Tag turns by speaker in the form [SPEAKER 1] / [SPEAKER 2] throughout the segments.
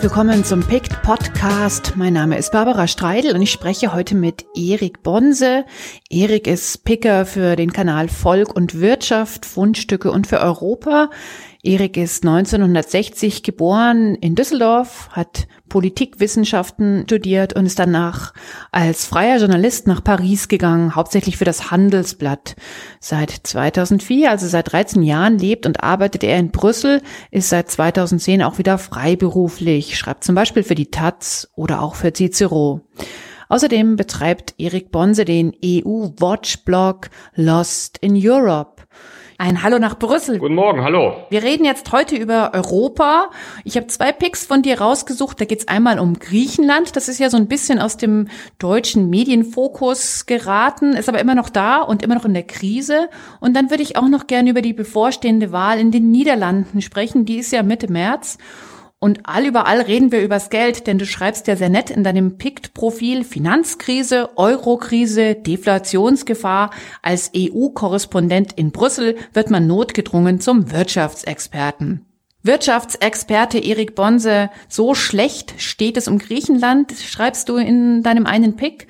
[SPEAKER 1] Herzlich willkommen zum PICT Podcast. Mein Name ist Barbara Streidel und ich spreche heute mit Erik Bonse. Erik ist Picker für den Kanal Volk und Wirtschaft, Fundstücke und für Europa. Erik ist 1960 geboren in Düsseldorf, hat Politikwissenschaften studiert und ist danach als freier Journalist nach Paris gegangen, hauptsächlich für das Handelsblatt. Seit 2004, also seit 13 Jahren, lebt und arbeitet er in Brüssel, ist seit 2010 auch wieder freiberuflich, schreibt zum Beispiel für die Taz oder auch für Cicero. Außerdem betreibt Erik Bonse den EU-Watch-Blog Lost in Europe. Ein Hallo nach Brüssel.
[SPEAKER 2] Guten Morgen, hallo.
[SPEAKER 1] Wir reden jetzt heute über Europa. Ich habe 2 Picks von dir rausgesucht. Da geht es einmal um Griechenland. Das ist ja so ein bisschen aus dem deutschen Medienfokus geraten, ist aber immer noch da und immer noch in der Krise. Und dann würde ich auch noch gerne über die bevorstehende Wahl in den Niederlanden sprechen. Die ist ja Mitte März. Und überall reden wir übers Geld, denn du schreibst ja sehr nett in deinem PICT-Profil Finanzkrise, Eurokrise, Deflationsgefahr. Als EU-Korrespondent in Brüssel wird man notgedrungen zum Wirtschaftsexperten. Wirtschaftsexperte Erik Bonse, so schlecht steht es um Griechenland, schreibst du in deinem einen Pick.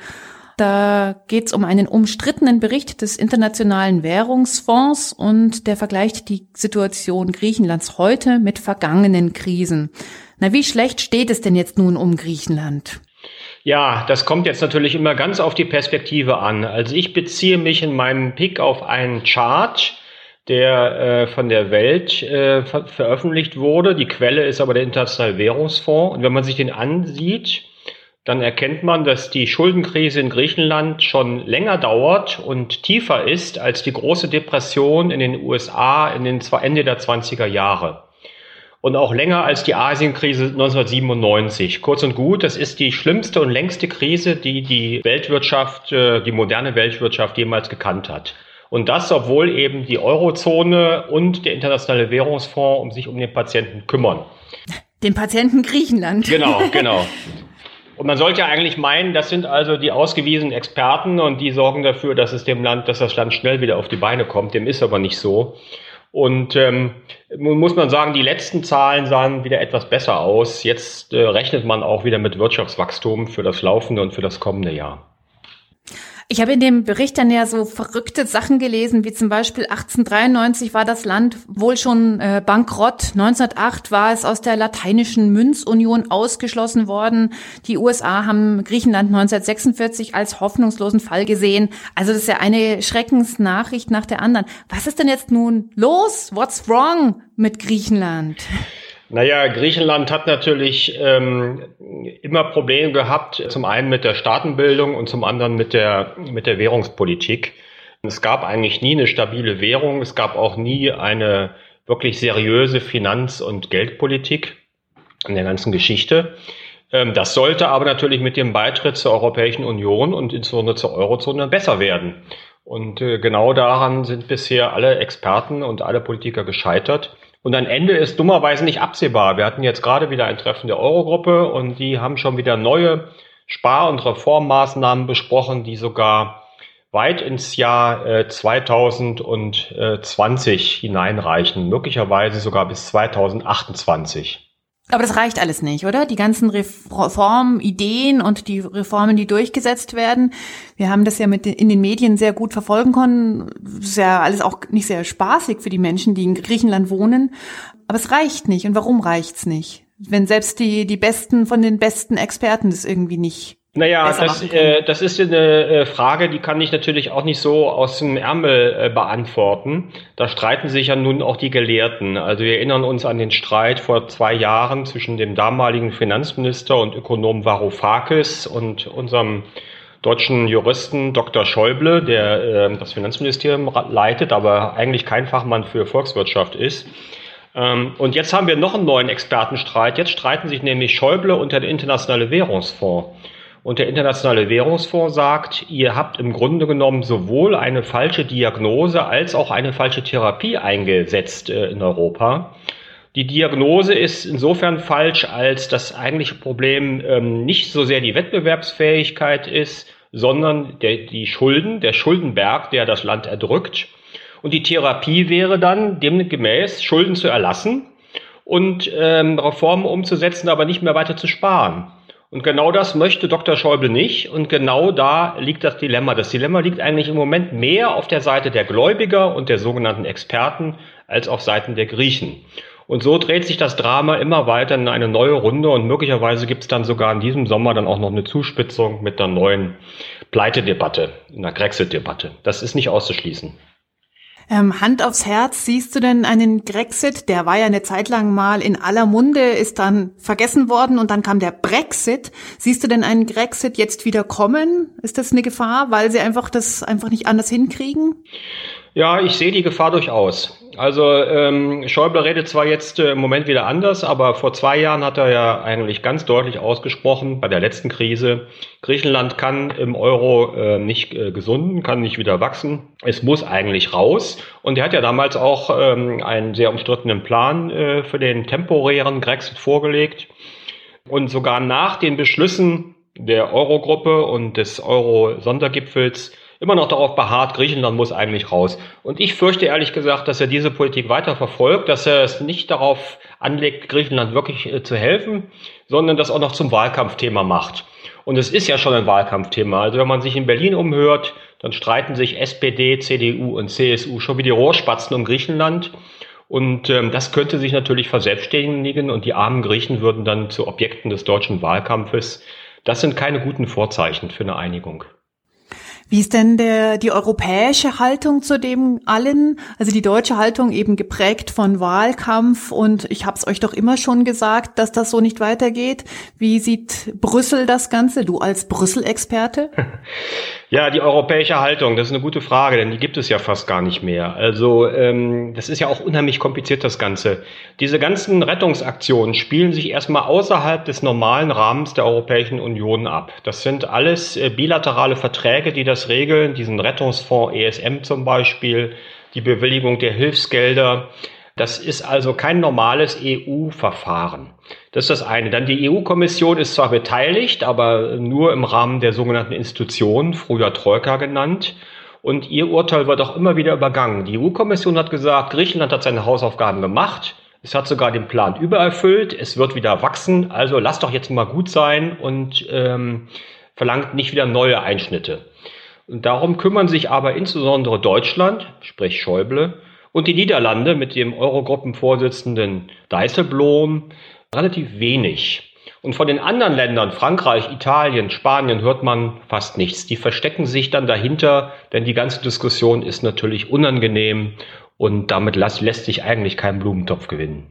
[SPEAKER 1] Da geht es um einen umstrittenen Bericht des Internationalen Währungsfonds und der vergleicht die Situation Griechenlands heute mit vergangenen Krisen. Na, wie schlecht steht es denn jetzt nun um Griechenland?
[SPEAKER 2] Ja, das kommt jetzt natürlich immer ganz auf die Perspektive an. Also ich beziehe mich in meinem Pick auf einen Chart, der von der Welt veröffentlicht wurde. Die Quelle ist aber der Internationale Währungsfonds. Und wenn man sich den ansieht, dann erkennt man, dass die Schuldenkrise in Griechenland schon länger dauert und tiefer ist als die große Depression in den USA in den Ende der 20er Jahre. Und auch länger als die Asienkrise 1997. Kurz und gut, das ist die schlimmste und längste Krise, die die Weltwirtschaft, die moderne Weltwirtschaft jemals gekannt hat. Und das, obwohl eben die Eurozone und der Internationale Währungsfonds sich um den Patienten kümmern.
[SPEAKER 1] Den Patienten Griechenland.
[SPEAKER 2] Genau. Und man sollte ja eigentlich meinen, das sind also die ausgewiesenen Experten und die sorgen dafür, dass das Land schnell wieder auf die Beine kommt. Dem ist aber nicht so. Und muss man sagen, die letzten Zahlen sahen wieder etwas besser aus. Jetzt rechnet man auch wieder mit Wirtschaftswachstum für das laufende und für das kommende Jahr.
[SPEAKER 1] Ich habe in dem Bericht dann ja so verrückte Sachen gelesen, wie zum Beispiel 1893 war das Land wohl schon bankrott. 1908 war es aus der lateinischen Münzunion ausgeschlossen worden. Die USA haben Griechenland 1946 als hoffnungslosen Fall gesehen. Also das ist ja eine Schreckensnachricht nach der anderen. Was ist denn jetzt nun los? What's wrong mit Griechenland?
[SPEAKER 2] Naja, Griechenland hat natürlich immer Probleme gehabt, zum einen mit der Staatenbildung und zum anderen mit der Währungspolitik. Es gab eigentlich nie eine stabile Währung, es gab auch nie eine wirklich seriöse Finanz- und Geldpolitik in der ganzen Geschichte. Das sollte aber natürlich mit dem Beitritt zur Europäischen Union und insbesondere zur Eurozone besser werden. Und genau daran sind bisher alle Experten und alle Politiker gescheitert. Und ein Ende ist dummerweise nicht absehbar. Wir hatten jetzt gerade wieder ein Treffen der Eurogruppe und die haben schon wieder neue Spar- und Reformmaßnahmen besprochen, die sogar weit ins Jahr 2020 hineinreichen, möglicherweise sogar bis 2028.
[SPEAKER 1] Aber das reicht alles nicht, oder? Die ganzen Reformideen und die Reformen, die durchgesetzt werden. Wir haben das ja in den Medien sehr gut verfolgen können. Das ist ja alles auch nicht sehr spaßig für die Menschen, die in Griechenland wohnen. Aber es reicht nicht. Und warum reicht's nicht? Wenn selbst die Besten von den besten Experten das irgendwie nicht.
[SPEAKER 2] Naja, das ist eine Frage, die kann ich natürlich auch nicht so aus dem Ärmel beantworten. Da streiten sich ja nun auch die Gelehrten. Also wir erinnern uns an den Streit vor 2 Jahren zwischen dem damaligen Finanzminister und Ökonom Varoufakis und unserem deutschen Juristen Dr. Schäuble, der das Finanzministerium leitet, aber eigentlich kein Fachmann für Volkswirtschaft ist. Und jetzt haben wir noch einen neuen Expertenstreit. Jetzt streiten sich nämlich Schäuble und der Internationale Währungsfonds. Und der Internationale Währungsfonds sagt, ihr habt im Grunde genommen sowohl eine falsche Diagnose als auch eine falsche Therapie eingesetzt in Europa. Die Diagnose ist insofern falsch, als das eigentliche Problem nicht so sehr die Wettbewerbsfähigkeit ist, sondern die Schulden, der Schuldenberg, der das Land erdrückt. Und die Therapie wäre dann demgemäß, Schulden zu erlassen und Reformen umzusetzen, aber nicht mehr weiter zu sparen. Und genau das möchte Dr. Schäuble nicht. Und genau da liegt das Dilemma. Das Dilemma liegt eigentlich im Moment mehr auf der Seite der Gläubiger und der sogenannten Experten als auf Seiten der Griechen. Und so dreht sich das Drama immer weiter in eine neue Runde. Und möglicherweise gibt es dann sogar in diesem Sommer dann auch noch eine Zuspitzung mit einer neuen Pleitedebatte, einer Grexit-Debatte. Das ist nicht auszuschließen.
[SPEAKER 1] Hand aufs Herz, siehst du denn einen Grexit? Der war ja eine Zeit lang mal in aller Munde, ist dann vergessen worden und dann kam der Brexit. Siehst du denn einen Grexit jetzt wieder kommen? Ist das eine Gefahr, weil sie das einfach nicht anders hinkriegen?
[SPEAKER 2] Ja, ich sehe die Gefahr durchaus. Also Schäuble redet zwar jetzt im Moment wieder anders, aber vor 2 Jahren hat er ja eigentlich ganz deutlich ausgesprochen, bei der letzten Krise, Griechenland kann im Euro nicht gesunden, kann nicht wieder wachsen. Es muss eigentlich raus. Und er hat ja damals auch einen sehr umstrittenen Plan für den temporären Grexit vorgelegt. Und sogar nach den Beschlüssen der Eurogruppe und des Euro-Sondergipfels immer noch darauf beharrt, Griechenland muss eigentlich raus. Und ich fürchte ehrlich gesagt, dass er diese Politik weiter verfolgt, dass er es nicht darauf anlegt, Griechenland wirklich zu helfen, sondern das auch noch zum Wahlkampfthema macht. Und es ist ja schon ein Wahlkampfthema. Also wenn man sich in Berlin umhört, dann streiten sich SPD, CDU und CSU schon wie die Rohrspatzen um Griechenland. Und das könnte sich natürlich verselbstständigen und die armen Griechen würden dann zu Objekten des deutschen Wahlkampfes. Das sind keine guten Vorzeichen für eine Einigung.
[SPEAKER 1] Wie ist denn die europäische Haltung zu dem allen? Also die deutsche Haltung eben geprägt von Wahlkampf und ich habe es euch doch immer schon gesagt, dass das so nicht weitergeht. Wie sieht Brüssel das Ganze? Du als Brüssel-Experte?
[SPEAKER 2] Ja, die europäische Haltung, das ist eine gute Frage, denn die gibt es ja fast gar nicht mehr. Also das ist ja auch unheimlich kompliziert, das Ganze. Diese ganzen Rettungsaktionen spielen sich erstmal außerhalb des normalen Rahmens der Europäischen Union ab. Das sind alles bilaterale Verträge, die das regeln, diesen Rettungsfonds ESM zum Beispiel, die Bewilligung der Hilfsgelder. Das ist also kein normales EU-Verfahren. Das ist das eine. Dann die EU-Kommission ist zwar beteiligt, aber nur im Rahmen der sogenannten Institutionen, früher Troika genannt. Und ihr Urteil wird auch immer wieder übergangen. Die EU-Kommission hat gesagt, Griechenland hat seine Hausaufgaben gemacht. Es hat sogar den Plan übererfüllt. Es wird wieder wachsen. Also lasst doch jetzt mal gut sein und verlangt nicht wieder neue Einschnitte. Und darum kümmern sich aber insbesondere Deutschland, sprich Schäuble, und die Niederlande mit dem Eurogruppenvorsitzenden Dijsselbloem relativ wenig. Und von den anderen Ländern, Frankreich, Italien, Spanien, hört man fast nichts. Die verstecken sich dann dahinter, denn die ganze Diskussion ist natürlich unangenehm und damit lässt sich eigentlich kein Blumentopf gewinnen.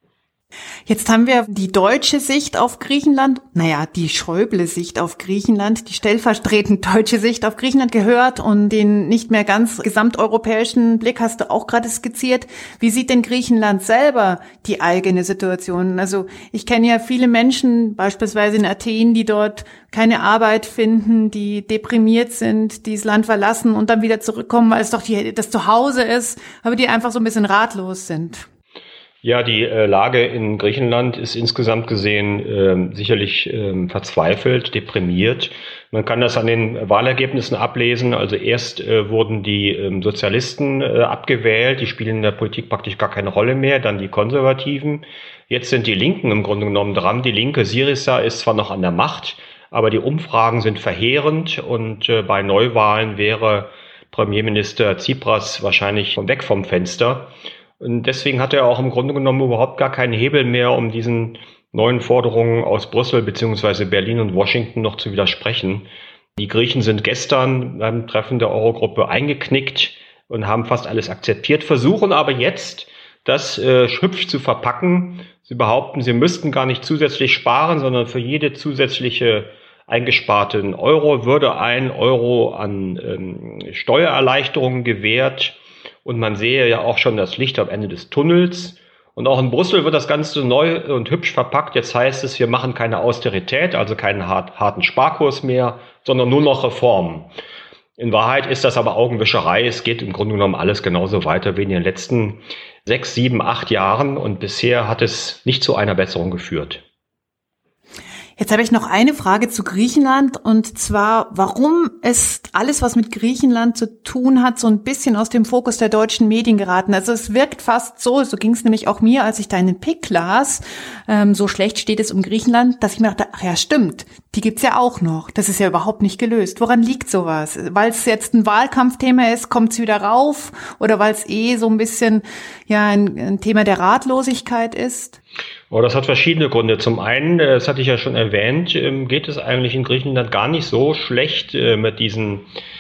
[SPEAKER 1] Jetzt haben wir die deutsche Sicht auf Griechenland, die Schäuble-Sicht auf Griechenland, die stellvertretend deutsche Sicht auf Griechenland gehört und den nicht mehr ganz gesamteuropäischen Blick hast du auch gerade skizziert. Wie sieht denn Griechenland selber die eigene Situation? Also ich kenne ja viele Menschen, beispielsweise in Athen, die dort keine Arbeit finden, die deprimiert sind, die das Land verlassen und dann wieder zurückkommen, weil es doch das Zuhause ist, aber die einfach so ein bisschen ratlos sind.
[SPEAKER 2] Ja, die Lage in Griechenland ist insgesamt gesehen sicherlich verzweifelt, deprimiert. Man kann das an den Wahlergebnissen ablesen. Also erst wurden die Sozialisten abgewählt, die spielen in der Politik praktisch gar keine Rolle mehr, dann die Konservativen. Jetzt sind die Linken im Grunde genommen dran. Die Linke Syriza ist zwar noch an der Macht, aber die Umfragen sind verheerend und bei Neuwahlen wäre Premierminister Tsipras wahrscheinlich weg vom Fenster. Und deswegen hat er auch im Grunde genommen überhaupt gar keinen Hebel mehr, um diesen neuen Forderungen aus Brüssel bzw. Berlin und Washington noch zu widersprechen. Die Griechen sind gestern beim Treffen der Eurogruppe eingeknickt und haben fast alles akzeptiert, versuchen aber jetzt, das hübsch zu verpacken. Sie behaupten, sie müssten gar nicht zusätzlich sparen, sondern für jede zusätzliche eingesparten Euro würde 1 Euro an Steuererleichterungen gewährt. Und man sehe ja auch schon das Licht am Ende des Tunnels. Und auch in Brüssel wird das Ganze neu und hübsch verpackt. Jetzt heißt es, wir machen keine Austerität, also keinen harten Sparkurs mehr, sondern nur noch Reformen. In Wahrheit ist das aber Augenwischerei. Es geht im Grunde genommen alles genauso weiter wie in den letzten 6, 7, 8 Jahren. Und bisher hat es nicht zu einer Besserung geführt.
[SPEAKER 1] Jetzt habe ich noch eine Frage zu Griechenland, und zwar, warum ist alles, was mit Griechenland zu tun hat, so ein bisschen aus dem Fokus der deutschen Medien geraten? Also es wirkt fast so ging es nämlich auch mir, als ich deinen Pick las, so schlecht steht es um Griechenland, dass ich mir dachte, ach ja, stimmt, die gibt's ja auch noch. Das ist ja überhaupt nicht gelöst. Woran liegt sowas? Weil es jetzt ein Wahlkampfthema ist, kommt's wieder rauf? Oder weil es so ein bisschen ein Thema der Ratlosigkeit ist?
[SPEAKER 2] Oh, das hat verschiedene Gründe. Zum einen, das hatte ich ja schon erwähnt, geht es eigentlich in Griechenland gar nicht so schlecht mit diesem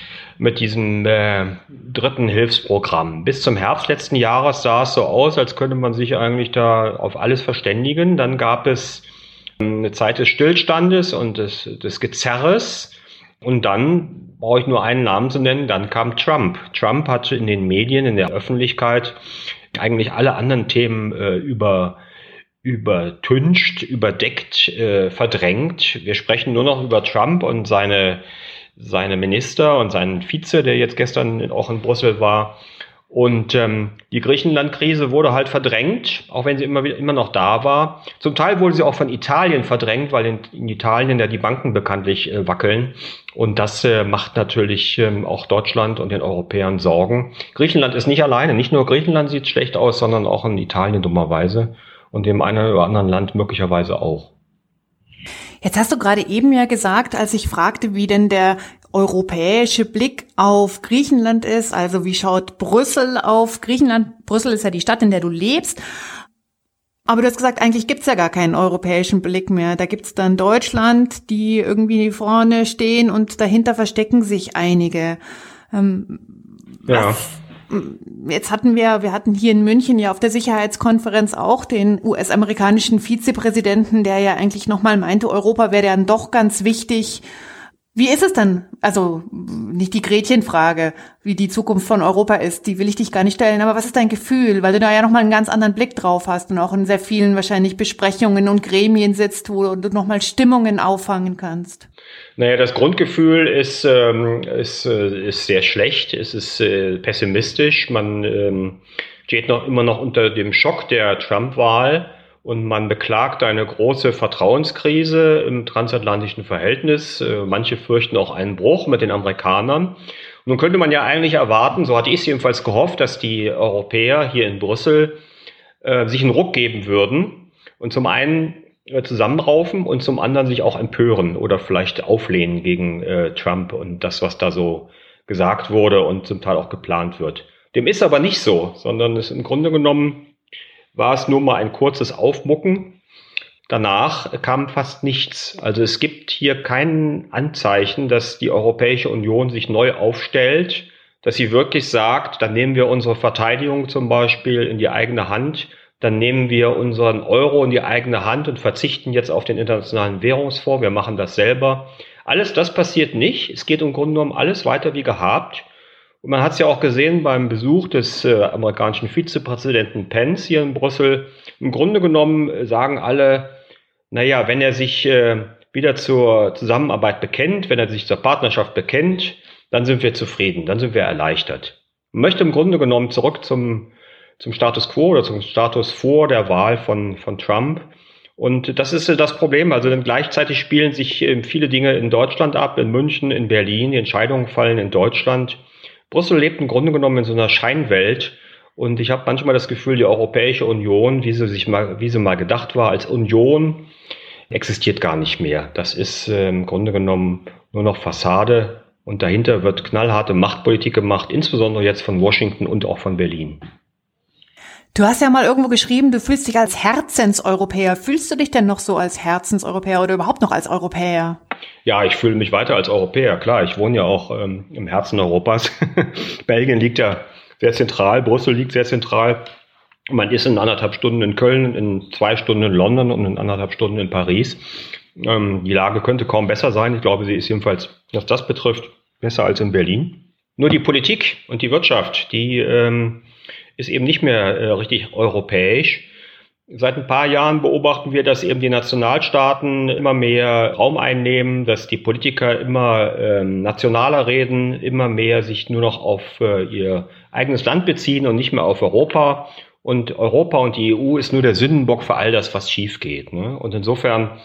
[SPEAKER 2] dritten Hilfsprogramm. Bis zum Herbst letzten Jahres sah es so aus, als könnte man sich eigentlich da auf alles verständigen. Dann gab es eine Zeit des Stillstandes und des Gezerres. Und dann, brauche ich nur einen Namen zu nennen, dann kam Trump. Trump hatte in den Medien, in der Öffentlichkeit eigentlich alle anderen Themen übertüncht, überdeckt, verdrängt. Wir sprechen nur noch über Trump und seine Minister und seinen Vize, der jetzt gestern auch in Brüssel war. Und die Griechenland-Krise wurde halt verdrängt, auch wenn sie immer noch da war. Zum Teil wurde sie auch von Italien verdrängt, weil in Italien ja die Banken bekanntlich wackeln. Und das macht natürlich auch Deutschland und den Europäern Sorgen. Griechenland ist nicht alleine. Nicht nur Griechenland sieht schlecht aus, sondern auch in Italien dummerweise. Und dem einen oder anderen Land möglicherweise auch.
[SPEAKER 1] Jetzt hast du gerade eben ja gesagt, als ich fragte, wie denn der europäische Blick auf Griechenland ist, also wie schaut Brüssel auf Griechenland? Brüssel ist ja die Stadt, in der du lebst. Aber du hast gesagt, eigentlich gibt's ja gar keinen europäischen Blick mehr. Da gibt's dann Deutschland, die irgendwie vorne stehen, und dahinter verstecken sich einige.
[SPEAKER 2] Ja.
[SPEAKER 1] Jetzt wir hatten hier in München ja auf der Sicherheitskonferenz auch den US-amerikanischen Vizepräsidenten, der ja eigentlich nochmal meinte, Europa wäre dann doch ganz wichtig. Wie ist es dann? Also nicht die Gretchenfrage, wie die Zukunft von Europa ist, die will ich dich gar nicht stellen, aber was ist dein Gefühl? Weil du da ja nochmal einen ganz anderen Blick drauf hast und auch in sehr vielen wahrscheinlich Besprechungen und Gremien sitzt, wo du nochmal Stimmungen auffangen kannst.
[SPEAKER 2] Naja, das Grundgefühl ist sehr schlecht, es ist pessimistisch, man steht immer noch unter dem Schock der Trump-Wahl und man beklagt eine große Vertrauenskrise im transatlantischen Verhältnis. Manche fürchten auch einen Bruch mit den Amerikanern. Und nun könnte man ja eigentlich erwarten, so hatte ich es jedenfalls gehofft, dass die Europäer hier in Brüssel sich einen Ruck geben würden und zum einen zusammenraufen und zum anderen sich auch empören oder vielleicht auflehnen gegen Trump und das, was da so gesagt wurde und zum Teil auch geplant wird. Dem ist aber nicht so, sondern es im Grunde genommen war es nur mal ein kurzes Aufmucken. Danach kam fast nichts. Also es gibt hier kein Anzeichen, dass die Europäische Union sich neu aufstellt, dass sie wirklich sagt, dann nehmen wir unsere Verteidigung zum Beispiel in die eigene Hand, dann nehmen wir unseren Euro in die eigene Hand und verzichten jetzt auf den Internationalen Währungsfonds, wir machen das selber. Alles das passiert nicht. Es geht im Grunde genommen alles weiter wie gehabt. Und man hat es ja auch gesehen beim Besuch des amerikanischen Vizepräsidenten Pence hier in Brüssel. Im Grunde genommen sagen alle, naja, wenn er sich wieder zur Zusammenarbeit bekennt, wenn er sich zur Partnerschaft bekennt, dann sind wir zufrieden, dann sind wir erleichtert. Man möchte im Grunde genommen zurück zum Status quo oder zum Status vor der Wahl von Trump. Und das ist das Problem. Also dann gleichzeitig spielen sich viele Dinge in Deutschland ab, in München, in Berlin. Die Entscheidungen fallen in Deutschland. Brüssel lebt im Grunde genommen in so einer Scheinwelt. Und ich habe manchmal das Gefühl, die Europäische Union, wie sie mal gedacht war als Union, existiert gar nicht mehr. Das ist im Grunde genommen nur noch Fassade. Und dahinter wird knallharte Machtpolitik gemacht, insbesondere jetzt von Washington und auch von Berlin.
[SPEAKER 1] Du hast ja mal irgendwo geschrieben, du fühlst dich als Herzenseuropäer. Fühlst du dich denn noch so als Herzenseuropäer oder überhaupt noch als Europäer?
[SPEAKER 2] Ja, ich fühle mich weiter als Europäer, klar. Ich wohne ja auch im Herzen Europas. Belgien liegt ja sehr zentral, Brüssel liegt sehr zentral. Man ist in 1,5 Stunden in Köln, in 2 Stunden in London und in 1,5 Stunden in Paris. Die Lage könnte kaum besser sein. Ich glaube, sie ist jedenfalls, was das betrifft, besser als in Berlin. Nur die Politik und die Wirtschaft, die ist eben nicht mehr richtig europäisch. Seit ein paar Jahren beobachten wir, dass eben die Nationalstaaten immer mehr Raum einnehmen, dass die Politiker immer nationaler reden, immer mehr sich nur noch auf ihr eigenes Land beziehen und nicht mehr auf Europa. Und Europa und die EU ist nur der Sündenbock für all das, was schief geht, ne? Und insofern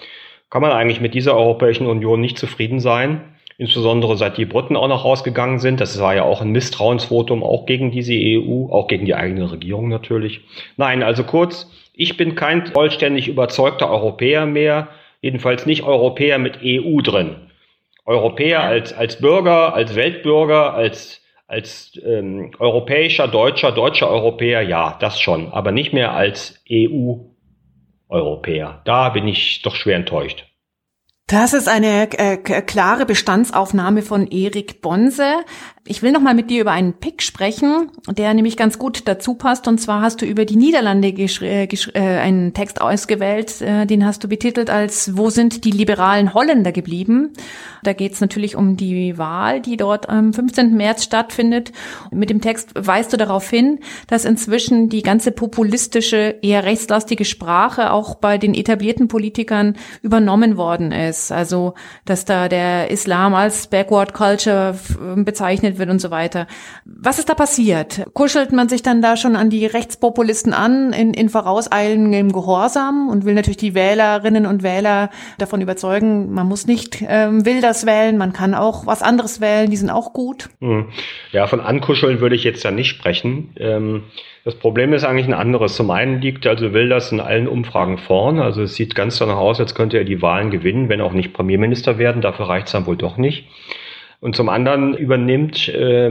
[SPEAKER 2] kann man eigentlich mit dieser Europäischen Union nicht zufrieden sein. Insbesondere seit die Briten auch noch rausgegangen sind. Das war ja auch ein Misstrauensvotum, auch gegen diese EU, auch gegen die eigene Regierung natürlich. Nein, also kurz, ich bin kein vollständig überzeugter Europäer mehr, jedenfalls nicht Europäer mit EU drin. Europäer als Bürger, als Weltbürger, als europäischer, deutscher Europäer, ja, das schon, aber nicht mehr als EU-Europäer. Da bin ich doch schwer enttäuscht.
[SPEAKER 1] Das ist eine klare Bestandsaufnahme von Erik Bonse. Ich will noch mal mit dir über einen Pick sprechen, der nämlich ganz gut dazu passt. Und zwar hast du über die Niederlande einen Text ausgewählt, den hast du betitelt als "Wo sind die liberalen Holländer geblieben?" Da geht es natürlich um die Wahl, die dort am 15. März stattfindet. Mit dem Text weist du darauf hin, dass inzwischen die ganze populistische, eher rechtslastige Sprache auch bei den etablierten Politikern übernommen worden ist. Also, dass da der Islam als Backward Culture bezeichnet wird und so weiter. Was ist da passiert? Kuschelt man sich dann da schon an die Rechtspopulisten an in vorauseilendem Gehorsam und will natürlich die Wählerinnen und Wähler davon überzeugen, man muss nicht Wilders wählen, man kann auch was anderes wählen, die sind auch gut?
[SPEAKER 2] Ja, von Ankuscheln würde ich jetzt ja nicht sprechen. Das Problem ist eigentlich ein anderes. Zum einen liegt also Wilders in allen Umfragen vorn. Also es sieht ganz danach aus, als könnte er die Wahlen gewinnen, wenn auch nicht Premierminister werden. Dafür reicht es dann wohl doch nicht. Und zum anderen übernimmt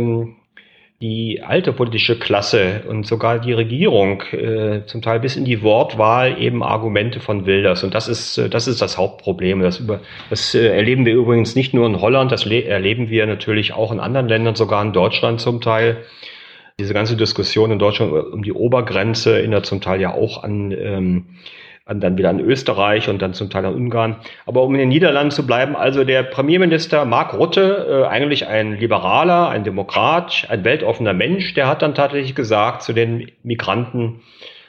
[SPEAKER 2] die alte politische Klasse und sogar die Regierung zum Teil bis in die Wortwahl eben Argumente von Wilders. Und das ist das Hauptproblem. Das erleben wir übrigens nicht nur in Holland, das erleben wir natürlich auch in anderen Ländern, sogar in Deutschland zum Teil. Diese ganze Diskussion in Deutschland um die Obergrenze erinnert zum Teil ja auch dann wieder an Österreich und dann zum Teil an Ungarn. Aber um in den Niederlanden zu bleiben, also der Premierminister Mark Rutte, eigentlich ein Liberaler, ein Demokrat, ein weltoffener Mensch, der hat dann tatsächlich gesagt zu den Migranten,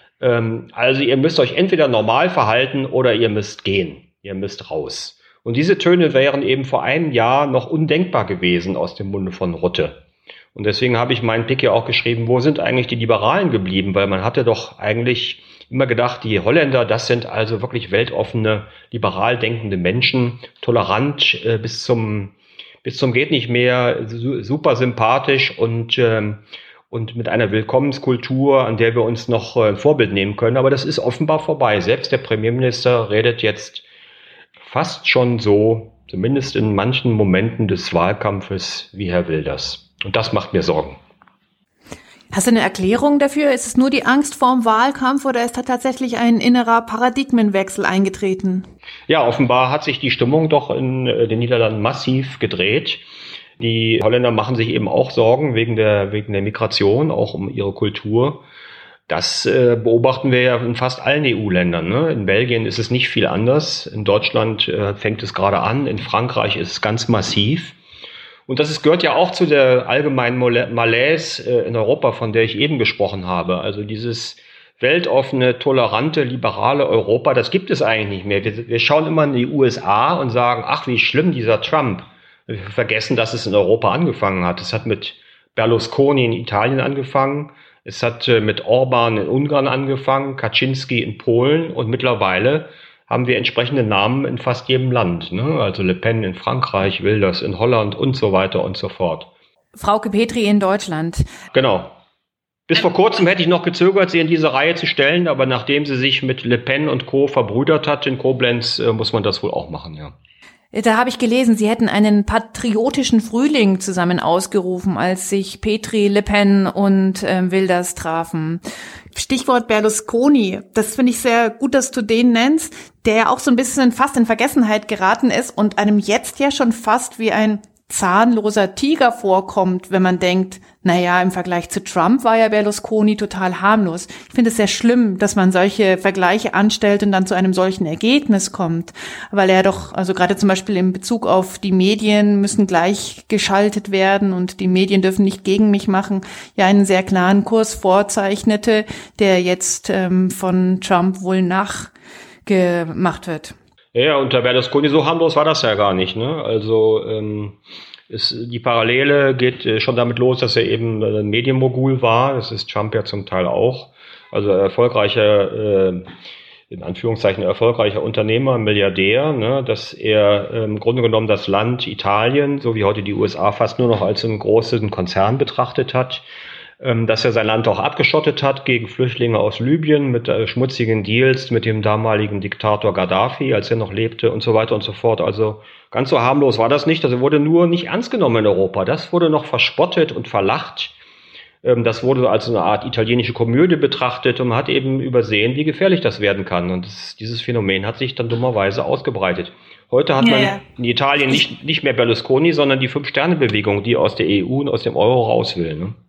[SPEAKER 2] also ihr müsst euch entweder normal verhalten oder ihr müsst gehen, ihr müsst raus. Und diese Töne wären eben vor einem Jahr noch undenkbar gewesen aus dem Munde von Rutte. Und deswegen habe ich meinen Pick ja auch geschrieben, wo sind eigentlich die Liberalen geblieben? Weil man hatte doch eigentlich immer gedacht, die Holländer, das sind also wirklich weltoffene, liberal denkende Menschen, tolerant bis zum geht nicht mehr, super sympathisch und mit einer Willkommenskultur, an der wir uns noch ein Vorbild nehmen können. Aber das ist offenbar vorbei. Selbst der Premierminister redet jetzt fast schon so, zumindest in manchen Momenten des Wahlkampfes, wie Herr Wilders. Und das macht mir Sorgen.
[SPEAKER 1] Hast du eine Erklärung dafür? Ist es nur die Angst vorm Wahlkampf oder ist da tatsächlich ein innerer Paradigmenwechsel eingetreten? Ja,
[SPEAKER 2] offenbar hat sich die Stimmung doch in den Niederlanden massiv gedreht. Die Holländer machen sich eben auch Sorgen wegen der Migration, auch um ihre Kultur. Das beobachten wir ja in fast allen EU-Ländern. Ne? In Belgien ist es nicht viel anders. In Deutschland fängt es gerade an. In Frankreich ist es ganz massiv. Und gehört ja auch zu der allgemeinen Malaise in Europa, von der ich eben gesprochen habe. Also dieses weltoffene, tolerante, liberale Europa, das gibt es eigentlich nicht mehr. Wir schauen immer in die USA und sagen, ach, wie schlimm dieser Trump. Wir vergessen, dass es in Europa angefangen hat. Es hat mit Berlusconi in Italien angefangen. Es hat mit Orban in Ungarn angefangen, Kaczynski in Polen und mittlerweile haben wir entsprechende Namen in fast jedem Land. Ne? Also Le Pen in Frankreich, Wilders in Holland und so weiter und so fort.
[SPEAKER 1] Frauke Petry in Deutschland.
[SPEAKER 2] Genau. Bis vor kurzem hätte ich noch gezögert, sie in diese Reihe zu stellen, aber nachdem sie sich mit Le Pen und Co. verbrüdert hat in Koblenz, muss man das wohl auch machen, ja.
[SPEAKER 1] Da habe ich gelesen, Sie hätten einen patriotischen Frühling zusammen ausgerufen, als sich Petry, Le Pen und Wilders trafen. Stichwort Berlusconi. Das finde ich sehr gut, dass du den nennst, der ja auch so ein bisschen fast in Vergessenheit geraten ist und einem jetzt ja schon fast wie ein zahnloser Tiger vorkommt, wenn man denkt, naja, im Vergleich zu Trump war ja Berlusconi total harmlos. Ich finde es sehr schlimm, dass man solche Vergleiche anstellt und dann zu einem solchen Ergebnis kommt, weil er doch, also gerade zum Beispiel in Bezug auf die Medien müssen gleich geschaltet werden und die Medien dürfen nicht gegen mich machen, ja einen sehr klaren Kurs vorzeichnete, der jetzt von Trump wohl nachgemacht wird.
[SPEAKER 2] Ja, unter Berlusconi so harmlos war das ja gar nicht, ne? Also die Parallele geht schon damit los, dass er eben ein Medienmogul war. Das ist Trump ja zum Teil auch. Also erfolgreicher in Anführungszeichen erfolgreicher Unternehmer, Milliardär, ne, dass er im Grunde genommen das Land Italien, so wie heute die USA, fast nur noch als einen großen Konzern betrachtet hat, dass er sein Land auch abgeschottet hat gegen Flüchtlinge aus Libyen mit schmutzigen Deals mit dem damaligen Diktator Gaddafi, als er noch lebte und so weiter und so fort. Also ganz so harmlos war das nicht. Also wurde nur nicht ernst genommen in Europa. Das wurde noch verspottet und verlacht. Das wurde als eine Art italienische Komödie betrachtet und man hat eben übersehen, wie gefährlich das werden kann. Und dieses Phänomen hat sich dann dummerweise ausgebreitet. Heute hat man in Italien nicht mehr Berlusconi, sondern die Fünf-Sterne-Bewegung, die aus der EU und aus dem Euro raus will, ne?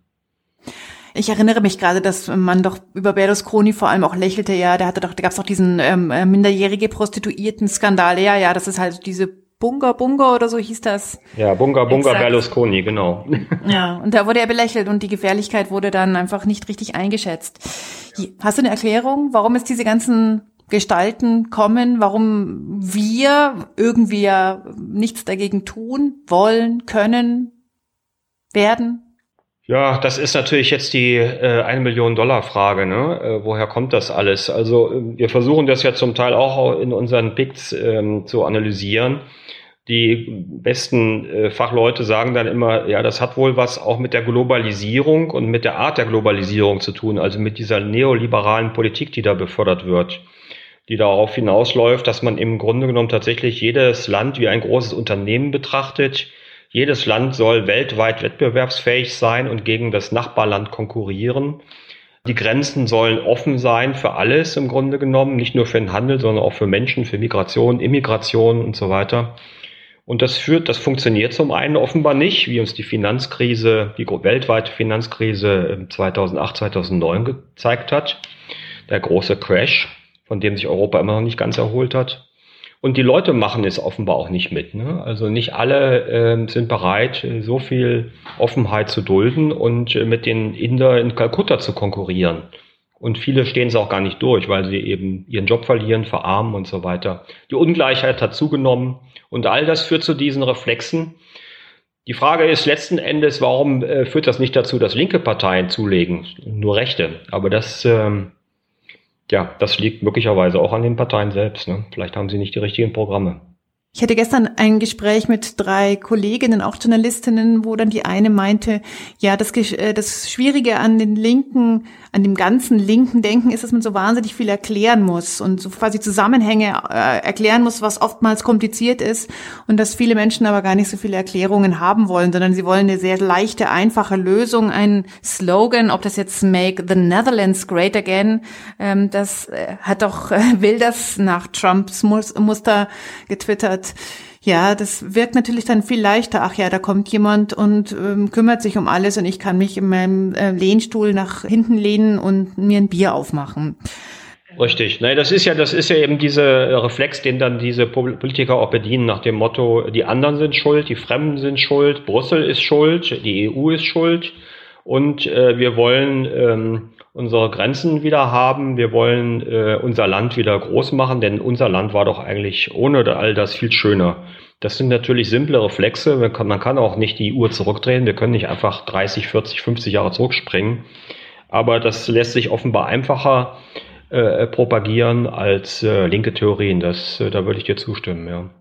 [SPEAKER 1] Ich erinnere mich gerade, dass man doch über Berlusconi vor allem auch lächelte, ja, da gab's doch diesen minderjährige Prostituierten-Skandal, ja, das ist halt diese Bunga oder so hieß das.
[SPEAKER 2] Ja, Bunga Berlusconi, genau.
[SPEAKER 1] Ja, und da wurde er belächelt und die Gefährlichkeit wurde dann einfach nicht richtig eingeschätzt. Hast du eine Erklärung, warum es diese ganzen Gestalten kommen, warum wir irgendwie ja nichts dagegen tun, wollen, können, werden?
[SPEAKER 2] Ja, das ist natürlich jetzt die 1 Million Dollar Frage, ne? Woher kommt das alles? Also wir versuchen das ja zum Teil auch in unseren Picks zu analysieren. Die besten Fachleute sagen dann immer, ja, das hat wohl was auch mit der Globalisierung und mit der Art der Globalisierung zu tun, also mit dieser neoliberalen Politik, die da befördert wird, die darauf hinausläuft, dass man im Grunde genommen tatsächlich jedes Land wie ein großes Unternehmen betrachtet. Jedes Land soll weltweit wettbewerbsfähig sein und gegen das Nachbarland konkurrieren. Die Grenzen sollen offen sein für alles im Grunde genommen, nicht nur für den Handel, sondern auch für Menschen, für Migration, Immigration und so weiter. Und das funktioniert zum einen offenbar nicht, wie uns die Finanzkrise, die weltweite Finanzkrise 2008, 2009 gezeigt hat. Der große Crash, von dem sich Europa immer noch nicht ganz erholt hat. Und die Leute machen es offenbar auch nicht mit, ne? Also nicht alle sind bereit, so viel Offenheit zu dulden und mit den Inder in Kalkutta zu konkurrieren. Und viele stehen es auch gar nicht durch, weil sie eben ihren Job verlieren, verarmen und so weiter. Die Ungleichheit hat zugenommen und all das führt zu diesen Reflexen. Die Frage ist letzten Endes, warum führt das nicht dazu, dass linke Parteien zulegen, nur Rechte? Aber das liegt möglicherweise auch an den Parteien selbst, ne? Vielleicht haben sie nicht die richtigen Programme.
[SPEAKER 1] Ich hatte gestern ein Gespräch mit 3 Kolleginnen, auch Journalistinnen, wo dann die eine meinte, ja, das Schwierige an dem ganzen linken Denken ist, dass man so wahnsinnig viel erklären muss und so quasi Zusammenhänge erklären muss, was oftmals kompliziert ist und dass viele Menschen aber gar nicht so viele Erklärungen haben wollen, sondern sie wollen eine sehr leichte, einfache Lösung, einen Slogan, ob das jetzt Make the Netherlands Great Again, Wilders nach Trumps Muster getwittert. Ja, das wirkt natürlich dann viel leichter. Ach ja, da kommt jemand und kümmert sich um alles und ich kann mich in meinem Lehnstuhl nach hinten lehnen und mir ein Bier aufmachen.
[SPEAKER 2] Richtig. Nein, das ist ja eben dieser Reflex, den dann diese Politiker auch bedienen nach dem Motto, die anderen sind schuld, die Fremden sind schuld, Brüssel ist schuld, die EU ist schuld und wir wollen unsere Grenzen wieder haben, wir wollen unser Land wieder groß machen, denn unser Land war doch eigentlich ohne all das viel schöner. Das sind natürlich simple Reflexe, man kann auch nicht die Uhr zurückdrehen, wir können nicht einfach 30, 40, 50 Jahre zurückspringen, aber das lässt sich offenbar einfacher propagieren als linke Theorien, da würde ich dir zustimmen, ja.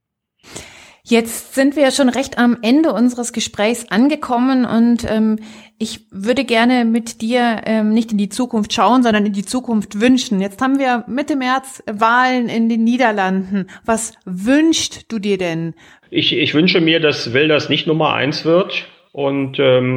[SPEAKER 1] Jetzt sind wir ja schon recht am Ende unseres Gesprächs angekommen und ich würde gerne mit dir nicht in die Zukunft schauen, sondern in die Zukunft wünschen. Jetzt haben wir Mitte März Wahlen in den Niederlanden. Was wünschst du dir denn?
[SPEAKER 2] Ich wünsche mir, dass Wilders nicht Nummer 1 wird und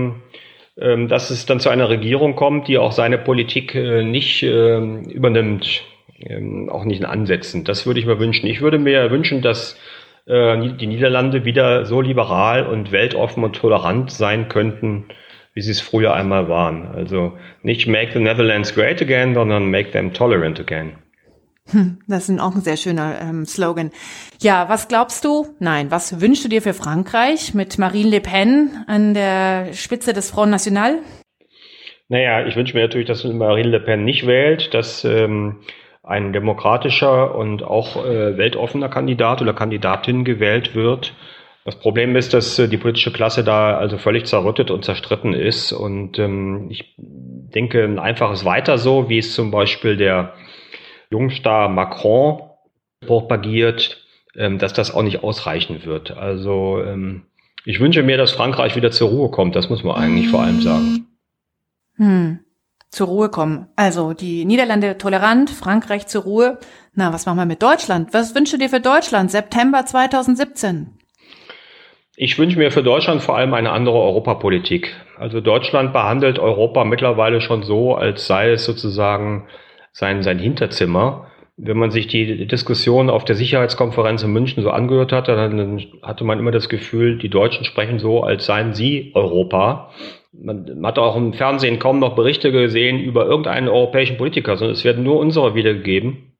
[SPEAKER 2] dass es dann zu einer Regierung kommt, die auch seine Politik nicht übernimmt, auch nicht in Ansätzen. Das würde ich mir wünschen. Ich würde mir wünschen, dass die Niederlande wieder so liberal und weltoffen und tolerant sein könnten, wie sie es früher einmal waren. Also nicht Make the Netherlands Great Again, sondern Make them Tolerant Again.
[SPEAKER 1] Das ist auch ein sehr schöner Slogan. Ja, was wünschst du dir für Frankreich mit Marine Le Pen an der Spitze des Front National?
[SPEAKER 2] Naja, ich wünsche mir natürlich, dass Marine Le Pen nicht wählt, dass ein demokratischer und auch weltoffener Kandidat oder Kandidatin gewählt wird. Das Problem ist, dass die politische Klasse da also völlig zerrüttet und zerstritten ist. Und ich denke, ein einfaches Weiter so, wie es zum Beispiel der Jungstar Macron propagiert, dass das auch nicht ausreichen wird. Also ich wünsche mir, dass Frankreich wieder zur Ruhe kommt. Das muss man eigentlich vor allem sagen.
[SPEAKER 1] Zur Ruhe kommen. Also die Niederlande tolerant, Frankreich zur Ruhe. Na, was machen wir mit Deutschland? Was wünschst du dir für Deutschland? September 2017.
[SPEAKER 2] Ich wünsche mir für Deutschland vor allem eine andere Europapolitik. Also Deutschland behandelt Europa mittlerweile schon so, als sei es sozusagen sein Hinterzimmer. Wenn man sich die Diskussion auf der Sicherheitskonferenz in München so angehört hatte, dann hatte man immer das Gefühl, die Deutschen sprechen so, als seien sie Europa. Man hat auch im Fernsehen kaum noch Berichte gesehen über irgendeinen europäischen Politiker, sondern es werden nur unsere wiedergegeben.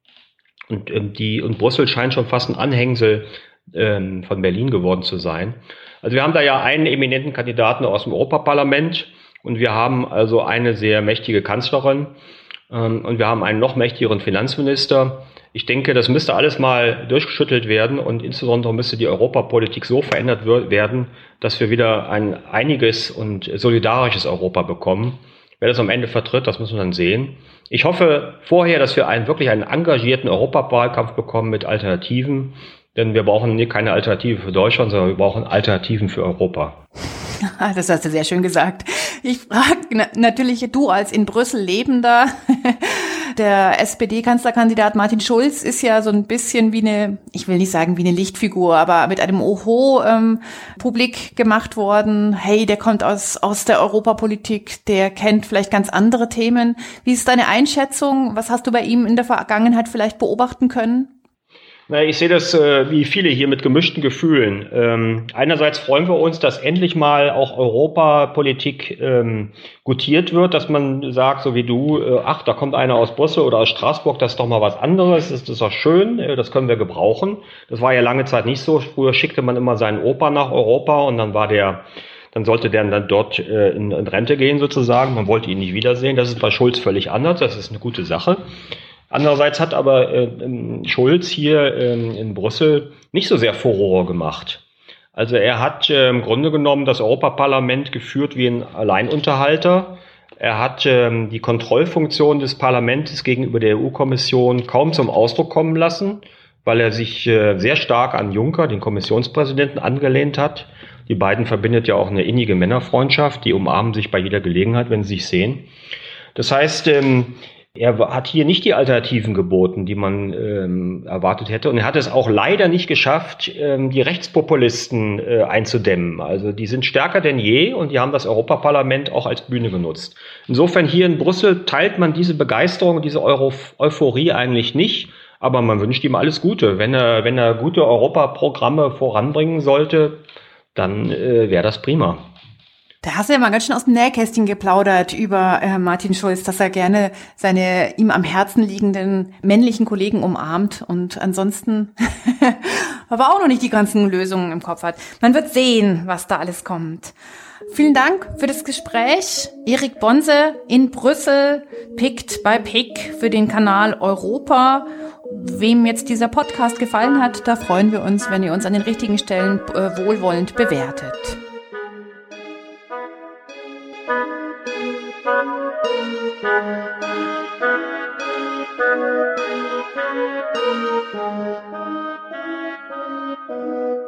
[SPEAKER 2] Und Brüssel scheint schon fast ein Anhängsel von Berlin geworden zu sein. Also wir haben da ja einen eminenten Kandidaten aus dem Europaparlament und wir haben also eine sehr mächtige Kanzlerin. Und wir haben einen noch mächtigeren Finanzminister. Ich denke, das müsste alles mal durchgeschüttelt werden und insbesondere müsste die Europapolitik so verändert werden, dass wir wieder ein einiges und solidarisches Europa bekommen. Wer das am Ende vertritt, das muss man dann sehen. Ich hoffe vorher, dass wir wirklich einen engagierten Europawahlkampf bekommen mit Alternativen, denn wir brauchen keine Alternative für Deutschland, sondern wir brauchen Alternativen für Europa.
[SPEAKER 1] Das hast du sehr schön gesagt. Ich frage natürlich, du als in Brüssel Lebender, der SPD-Kanzlerkandidat Martin Schulz ist ja so ein bisschen wie eine, ich will nicht sagen wie eine Lichtfigur, aber mit einem Oho publik gemacht worden. Hey, der kommt aus der Europapolitik, der kennt vielleicht ganz andere Themen. Wie ist deine Einschätzung? Was hast du bei ihm in der Vergangenheit vielleicht beobachten können?
[SPEAKER 2] Na, ich sehe das wie viele hier mit gemischten Gefühlen. Einerseits freuen wir uns, dass endlich mal auch Europapolitik gutiert wird, dass man sagt, so wie du, ach, da kommt einer aus Brüssel oder aus Straßburg, das ist doch mal was anderes, das ist doch schön, das können wir gebrauchen. Das war ja lange Zeit nicht so. Früher schickte man immer seinen Opa nach Europa und dann sollte der dann dort in Rente gehen sozusagen. Man wollte ihn nicht wiedersehen. Das ist bei Schulz völlig anders. Das ist eine gute Sache. Andererseits hat aber Schulz hier in Brüssel nicht so sehr Furore gemacht. Also er hat im Grunde genommen das Europaparlament geführt wie ein Alleinunterhalter. Er hat die Kontrollfunktion des Parlaments gegenüber der EU-Kommission kaum zum Ausdruck kommen lassen, weil er sich sehr stark an Juncker, den Kommissionspräsidenten, angelehnt hat. Die beiden verbindet ja auch eine innige Männerfreundschaft, die umarmen sich bei jeder Gelegenheit, wenn sie sich sehen. Das heißt, er hat hier nicht die Alternativen geboten, die man erwartet hätte. Und er hat es auch leider nicht geschafft, die Rechtspopulisten einzudämmen. Also die sind stärker denn je und die haben das Europaparlament auch als Bühne genutzt. Insofern hier in Brüssel teilt man diese Begeisterung, diese Euphorie eigentlich nicht. Aber man wünscht ihm alles Gute. Wenn er gute Europaprogramme voranbringen sollte, dann wäre das prima.
[SPEAKER 1] Da hast du ja mal ganz schön aus dem Nähkästchen geplaudert über Martin Schulz, dass er gerne seine ihm am Herzen liegenden männlichen Kollegen umarmt und ansonsten aber auch noch nicht die ganzen Lösungen im Kopf hat. Man wird sehen, was da alles kommt. Vielen Dank für das Gespräch. Erik Bonse in Brüssel, Picked by Pick für den Kanal Europa. Wem jetzt dieser Podcast gefallen hat, da freuen wir uns, wenn ihr uns an den richtigen Stellen wohlwollend bewertet. Thank you.